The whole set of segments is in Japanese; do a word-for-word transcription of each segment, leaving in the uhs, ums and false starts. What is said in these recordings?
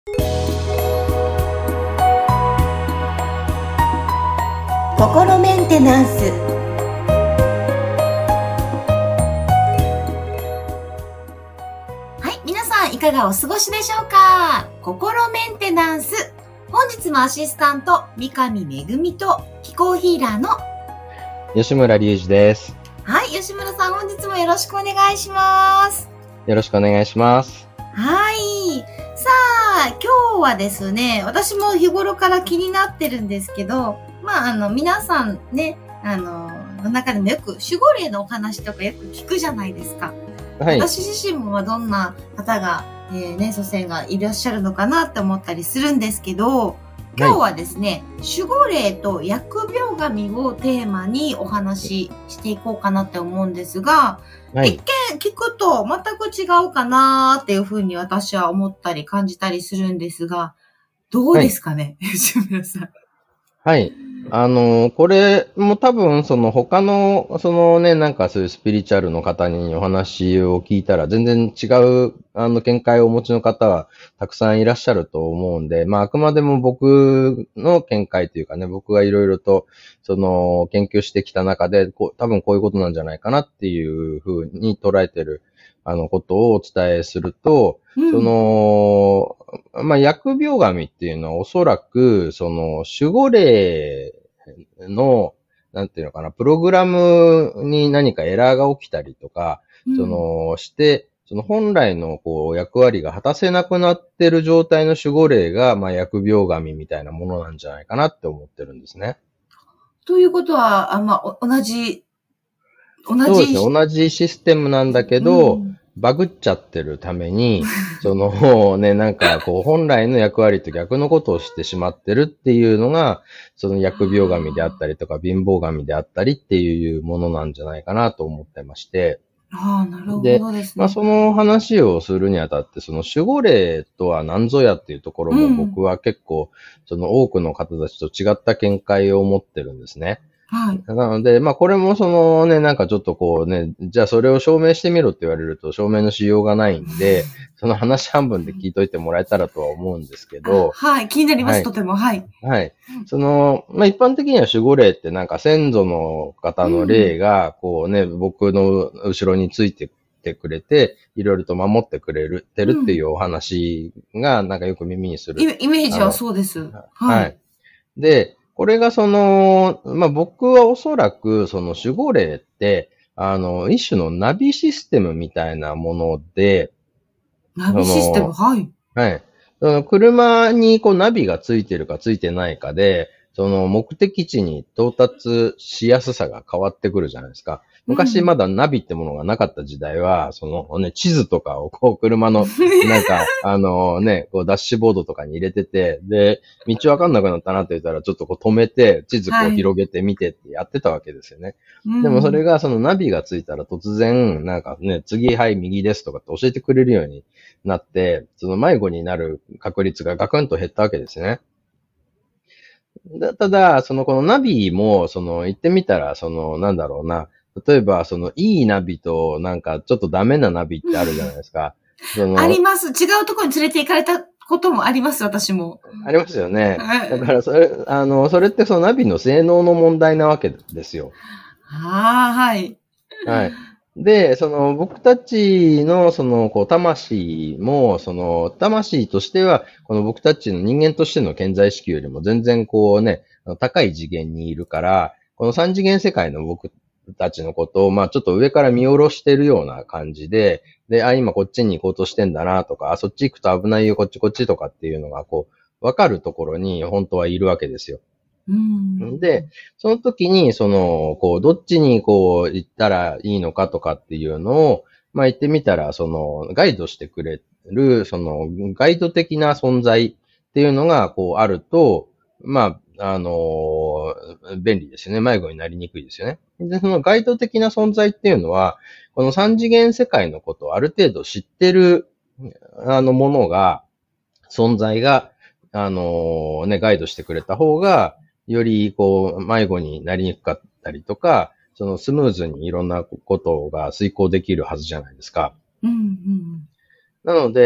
心メンテナンス。はい、皆さんいかがお過ごしでしょうか。心メンテナンス。本日もアシスタント三上恵と気候ヒーラーの吉村隆二です。 はい、吉村さん本日もよろしくお願いします。 よろしくお願いします。 はい。さあ、今日はですね、私も日頃から気になってるんですけど、まあ、あの、皆さんね、あの、の中でもよく守護霊のお話とかよく聞くじゃないですか。はい。私自身もどんな方が、えー、ね、祖先がいらっしゃるのかなって思ったりするんですけど、今日はですね、はい、守護霊と疫病神をテーマにお話ししていこうかなって思うんですが、はい、一見聞くと全く違うかなっていうふうに私は思ったり感じたりするんですが、どうですかね、はい、吉村さん。 はい。あの、これも多分、その他の、そのね、なんかそういうスピリチュアルの方にお話を聞いたら、全然違う、あの、見解をお持ちの方はたくさんいらっしゃると思うんで、まあ、あくまでも僕の見解というかね、僕がいろいろと、その、研究してきた中で、こう、多分こういうことなんじゃないかなっていうふうに捉えてる、あの、ことをお伝えすると、うん、その、まあ、疫病神っていうのはおそらく、その、守護霊の、なんていうのかな、プログラムに何かエラーが起きたりとか、うん、その、して、その本来のこう役割が果たせなくなってる状態の守護霊が、まあ、疫病神みたいなものなんじゃないかなって思ってるんですね。 ということは、あまあ、同じ、 同じ。そうですね、同じシステムなんだけど、うんバグっちゃってるために、そのね、なんかこう本来の役割と逆のことをしてしまってるっていうのが、その疫病神であったりとか貧乏神であったりっていうものなんじゃないかなと思ってまして。 ああ、なるほどですね。 で、まあその話をするにあたって、その守護霊とは何ぞやっていうところも僕は結構、その多くの方たちと違った見解を持ってるんですね。はい。なので、まあこれもそのね、なんかちょっとこうね、じゃあそれを証明してみろって言われると証明のしようがないんで、その話半分で聞いといてもらえたらとは思うんですけど。 はい、気になります、はい、とても、はい。 はい。その、まあ一般的には守護霊ってなんか先祖の方の霊が、こうね、うん、僕の後ろについててくれて、いろいろと守ってくれる、てるっていうお話がなんかよく耳にする。 うん、イメージはそうです。はい。 はい。で、これがその、まあ、僕はおそらくその守護霊って、あの、一種のナビシステムみたいなもので、 ナビシステムはい。 はい。その車にこうナビがついてるかついてないかで、その目的地に到達しやすさが変わってくるじゃないですか。昔まだナビってものがなかった時代は、そのね、地図とかをこう車の、なんか、あのね、こうダッシュボードとかに入れてて、で、道わかんなくなったなって言ったら、ちょっとこう止めて、地図こう広げてみてってやってたわけですよね。はい、でもそれがそのナビがついたら突然、なんかね、次はい右ですとかって教えてくれるようになって、その迷子になる確率がガクンと減ったわけですね。ただ、そのこのナビも、その言ってみたら、そのなんだろうな、例えばそのいいナビとなんかちょっとダメなナビってあるじゃないですか。 そのあります。違うところに連れて行かれたこともあります、私も。 ありますよね。だからそれ、あの、それってそのナビの性能の問題なわけですよ。 ああ、はい。 はい。で、その僕たちのそのこう魂も、その魂としては、この僕たちの人間としての顕在意識よりも全然こうね、高い次元にいるから、この三次元世界の僕たちのことを、まあちょっと上から見下ろしてるような感じで、で、あ、今こっちに行こうとしてんだなとか、あ、そっち行くと危ないよ、こっちこっちとかっていうのがこう、わかるところに本当はいるわけですよ。 うん、 で、その時に、その、こう、どっちにこう、行ったらいいのかとかっていうのを、まあ言ってみたら、その、ガイドしてくれる、その、ガイド的な存在っていうのが、こう、あると、まあ、あの、便利ですよね。迷子になりにくいですよね。で、そのガイド的な存在っていうのは、この三次元世界のことをある程度知ってる、あの、ものが、存在が、あの、ね、ガイドしてくれた方が、より、こう、迷子になりにくかったりとか、そのスムーズにいろんなことが遂行できるはずじゃないですか。 うんうん、 なので、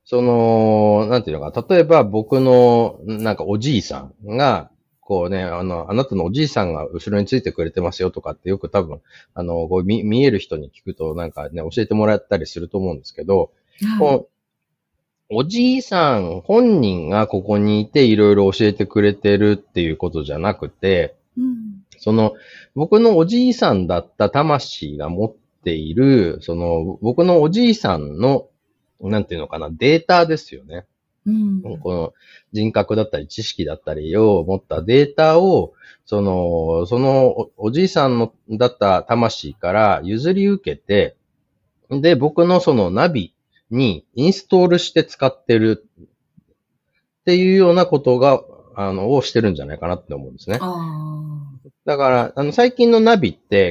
その、なんていうのか、例えば僕の、なんかおじいさんが、こうね、あの、あなたのおじいさんが後ろについてくれてますよとかってよく多分、あの、こう見、見える人に聞くとなんかね、教えてもらったりすると思うんですけど、 はい。 こうおじいさん本人がここにいていろいろ教えてくれてるっていうことじゃなくて、 うん。 その、僕のおじいさんだった魂が持っている、その、僕のおじいさんの、なんていうのかな、データですよね。 うん。 この人格だったり知識だったりを持ったデータを、その、そのお、おじいさんのだった魂から譲り受けて、で、僕のそのナビにインストールして使ってるっていうようなことが、あの、をしてるんじゃないかなって思うんですね。 ああ。 だから、あの、最近のナビって、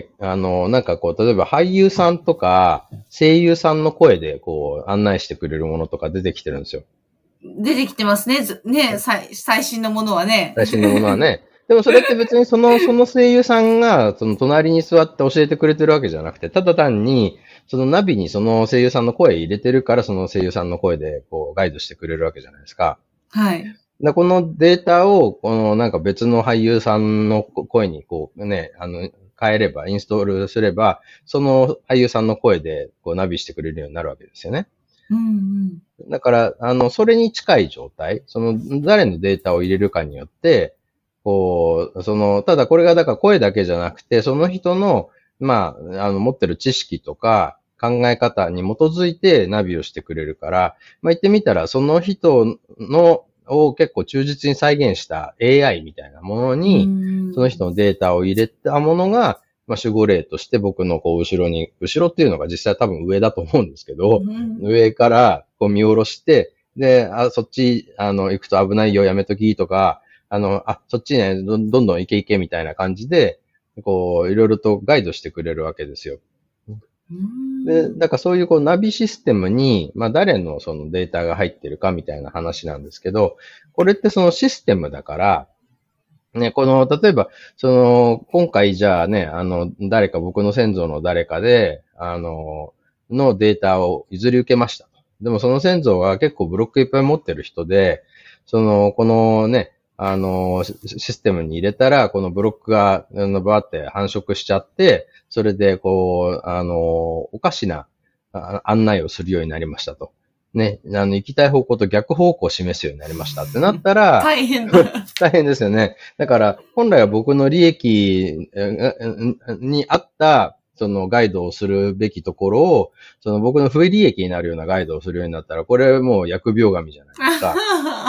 あの、なんかこう、例えば俳優さんとか、声優さんの声で、こう、案内してくれるものとか出てきてるんですよ。 出てきてますね。ずね、最、最新のものはね。 最新のものはね。でもそれって別にその、その声優さんが、その隣に座って教えてくれてるわけじゃなくて、ただ単に、そのナビにその声優さんの声入れてるから、その声優さんの声で、こう、ガイドしてくれるわけじゃないですか。 はい。 で、このデータを、このなんか別の俳優さんの声にこうね、あの、変えれば、インストールすれば、その俳優さんの声でこうナビしてくれるようになるわけですよね。 うんだから、あの、それに近い状態、その誰のデータを入れるかによって、こう、その、ただこれがだから声だけじゃなくて、その人の、まあ、あの、持ってる知識とか考え方に基づいてナビをしてくれるから、まあ、言ってみたら、その人の、を結構忠実に再現した エーアイ みたいなものうん。 に、 うん。 その人のデータを入れたものが、まあ、守護霊として僕のこう後ろに、後ろっていうのが実際多分上だと思うんですけど、 うん。 上からこう見下ろして、で、あ、そっち、あの、行くと危ないよ、やめときとか、あの、あ、そっちね、どんどんどん行け行けみたいな感じで、こう、いろいろとガイドしてくれるわけですよ。 うで、 ん。 だからそういうこうナビシステムに、まあ誰のそのデータが入ってるかみたいな話なんですけど、これってそのシステムだから、ね、この、例えば、その、今回じゃあね、あの、誰か僕の先祖の誰かで、あの、のデータを譲り受けました。でもその先祖が結構ブロックいっぱい持ってる人で、その、このね、あの、シシステムに入れたら、このブロックが、あの、バーって繁殖しちゃって、それで、こう、あの、おかしなあ案内をするようになりましたと。ね、あの、行きたい方向と逆方向を示すようになりましたってなったら、 大変だ。 大変ですよね。だから、本来は僕の利益えーに合った、そのガイドをするべきところを、その僕の不利益になるようなガイドをするようになったら、これもう疫病神じゃないですか。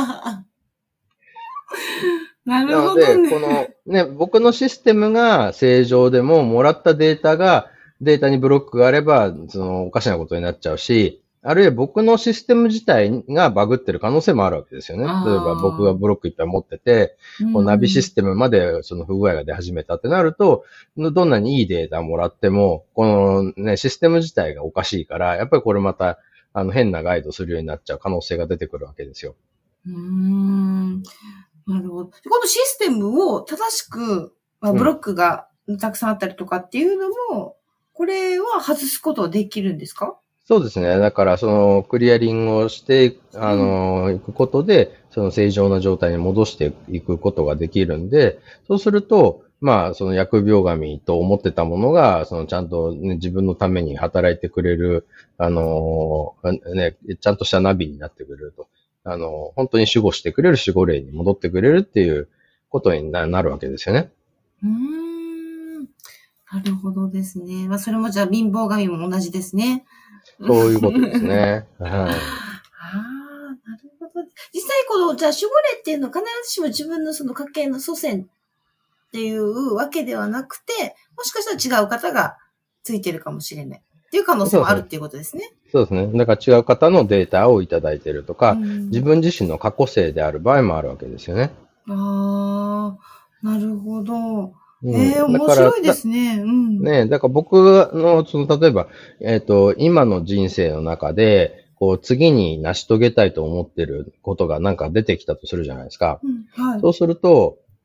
なるなので、 ほどね。 このね、僕のシステムが正常でも、もらったデータが、データにブロックがあれば、そのおかしなことになっちゃうし、あるいは僕のシステム自体がバグってる可能性もあるわけですよね。例えば僕がああ。 ブロックいっぱい持ってて、 うこうナビシん。 ステムまでその不具合が出始めたってなると、どんなにいいデータもらっても、このね、システム自体がおかしいから、やっぱりこれまた、あの、変なガイドするようになっちゃう可能性が出てくるわけですよ。 うーん。なるほど。このシステムを正しく、まあ、ブロックがたくさんあったりとかっていうのも、これは外すことはできるんですか？ そうですね。だから、その、クリアリングをして、あうん。 の、いくことで、その正常な状態に戻していくことができるんで、そうすると、まあ、その疫病神と思ってたものが、そのちゃんと、ね、自分のために働いてくれる、あの、ね、ちゃんとしたナビになってくれると。あの、本当に守護してくれる守護霊に戻ってくれるっていうことになるわけですよね。 うーん。なるほどですね。まあ、それもじゃあ貧乏神も同じですね。 そういうことですね。はい。 ああ、なるほど。実際この、じゃあ守護霊っていうのは必ずしも自分のその家系の祖先っていうわけではなくて、もしかしたら違う方がついてるかもしれないっていう可能性もあるっていうことですね。 そうですね。だから違う方のデータをいただいているとか、 うん、 自分自身の過去性である場合もあるわけですよね。 ああ、なるほど。 うん、 ええー、面白いですね。うん。 ね、だから僕の、その、例えば、えっと、今の人生の中で、こう、次に成し遂げたいと思ってることがなんか出てきたとするじゃないですか。 うん、はい。 そうすると、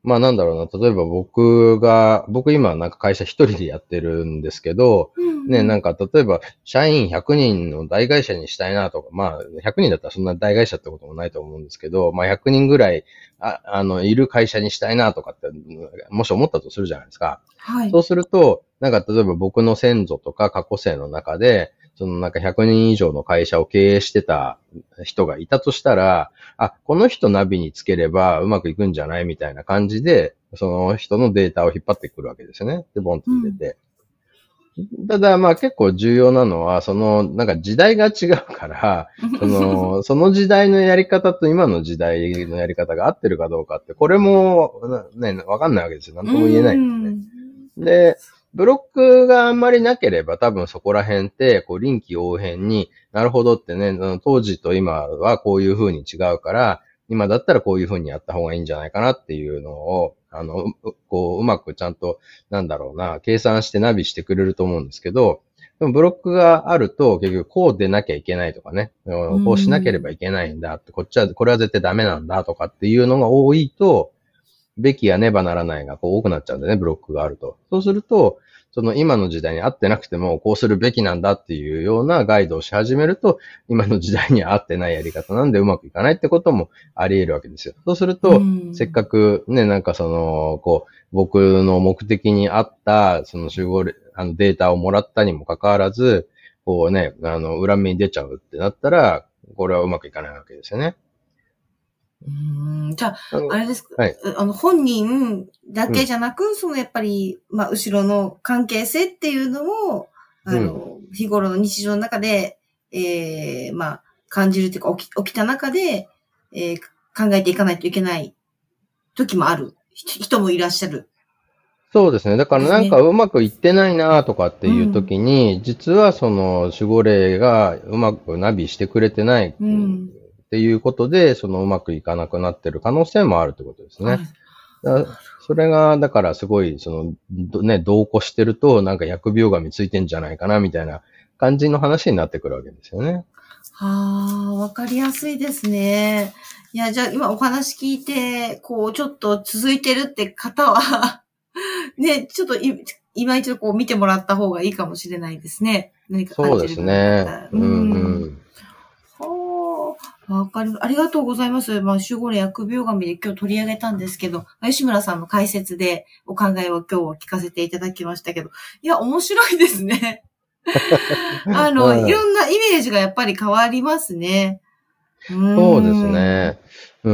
まあなんだろうな、例えば僕が、僕今なんか会社一人でやってるんですけど、 うんうん、 ね、なんか例えば社員ひゃくにんの大会社にしたいなとか、まあひゃくにんだったらそんな大会社ってこともないと思うんですけど、まあひゃくにんぐらい、あ、あの、いる会社にしたいなとかって、もし思ったとするじゃないですか。 はい。 そうすると、なんか例えば僕の先祖とか過去世の中で、そのなんかひゃくにん以上の会社を経営してた人がいたとしたら、あ、この人ナビにつければうまくいくんじゃないみたいな感じで、その人のデータを引っ張ってくるわけですよね。で、ボンと入れて。うん、ただ、まあ結構重要なのは、その、なんか時代が違うから、その、その時代のやり方と今の時代のやり方が合ってるかどうかって、これも、ね、わかんないわけですよ。なんとも言えないんですね。で、ブロックがあんまりなければ多分そこら辺って、こう臨機応変になるほどってね、当時と今はこういう風に違うから、今だったらこういう風にやった方がいいんじゃないかなっていうのを、あの、こう、うまくちゃんと、なんだろうな、計算してナビしてくれると思うんですけど、でもブロックがあると結局こう出なきゃいけないとかね、こうしなければいけないんだって、こっちは、これは絶対ダメなんだとかっていうのが多いと、べきやねばならないがこう多くなっちゃうんでね、ブロックがあると。そうすると、その今の時代に合ってなくても、こうするべきなんだっていうようなガイドをし始めると、今の時代に合ってないやり方なんでうまくいかないってこともあり得るわけですよ。そうすると、せっかくね、なんかその、こう、僕の目的に合った、その集合あのデータをもらったにもかかわらず、こうね、あの、裏目に出ちゃうってなったら、これはうまくいかないわけですよね。 うーんじゃあ、あれですか、 はい、 あの、本人だけじゃなく、うん、そのやっぱり、まあ、後ろの関係性っていうのも、あの、うん、日頃の日常の中で、ええー、まあ、感じるというか、起き、起きた中で、えー、考えていかないといけない時もある。人もいらっしゃる。 そうですね。だからなんかうまくいってないなとかっていう時に、うん、実はその守護霊がうまくナビしてくれてないっていうことで、そのうまくいかなくなってる可能性もあるってことですね。はい、だそれが、だからすごい、その、ね、同行してると、なんか疫病神ついてんじゃないかなみたいな感じの話になってくるわけですよね。 はあ、わかりやすいですね。いや、じゃあ今お話聞いて、こう、ちょっと続いてるって方は、ね、ちょっとい、今一度こう見てもらった方がいいかもしれないですね。何か感じる部分だったら。そうですね。うん、うん。はあ、わかる。ありがとうございます。まあ、守護霊疫病神で今日取り上げたんですけど、吉村さんの解説でお考えを今日は聞かせていただきましたけど、いや、面白いですね。あの、はい、いろんなイメージがやっぱり変わりますね。 そうですね。うん。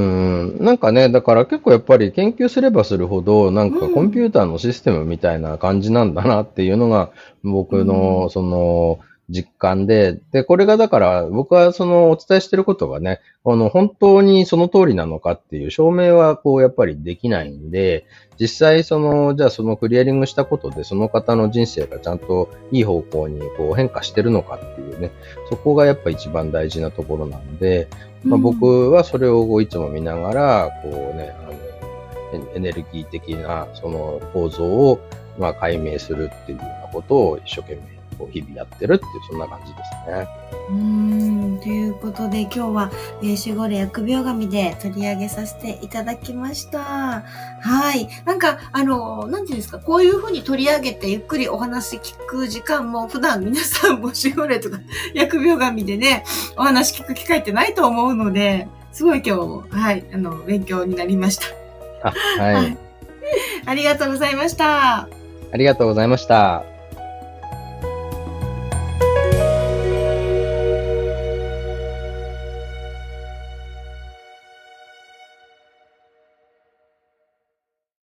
なんかね、だから結構やっぱり研究すればするほど、なんかコンピューターのシステムみたいな感じなんだなっていうのが僕のその実感で、で、これがだから僕はそのお伝えしてることがね、あの本当にその通りなのかっていう証明はこうやっぱりできないんで、実際その、じゃあそのクリアリングしたことでその方の人生がちゃんといい方向にこう変化してるのかっていうね、そこがやっぱ一番大事なところなんで、まあ、僕はそれをいつも見ながら、こうね、あの、エネルギー的なその構造をまあ解明するっていうようなことを一生懸命こう日々やってるっていう、そんな感じですね。 うーん、ということで今日は、えー、守護霊疫病神で取り上げさせていただきました。はい。なんか、あの、なんていうんですか、こういうふうに取り上げてゆっくりお話聞く時間も普段皆さんも守護霊とか疫病神でね、お話聞く機会ってないと思うので、すごい今日、はい、あの、勉強になりました。 あ、はい。はい、 ありがとうございました。 ありがとうございました。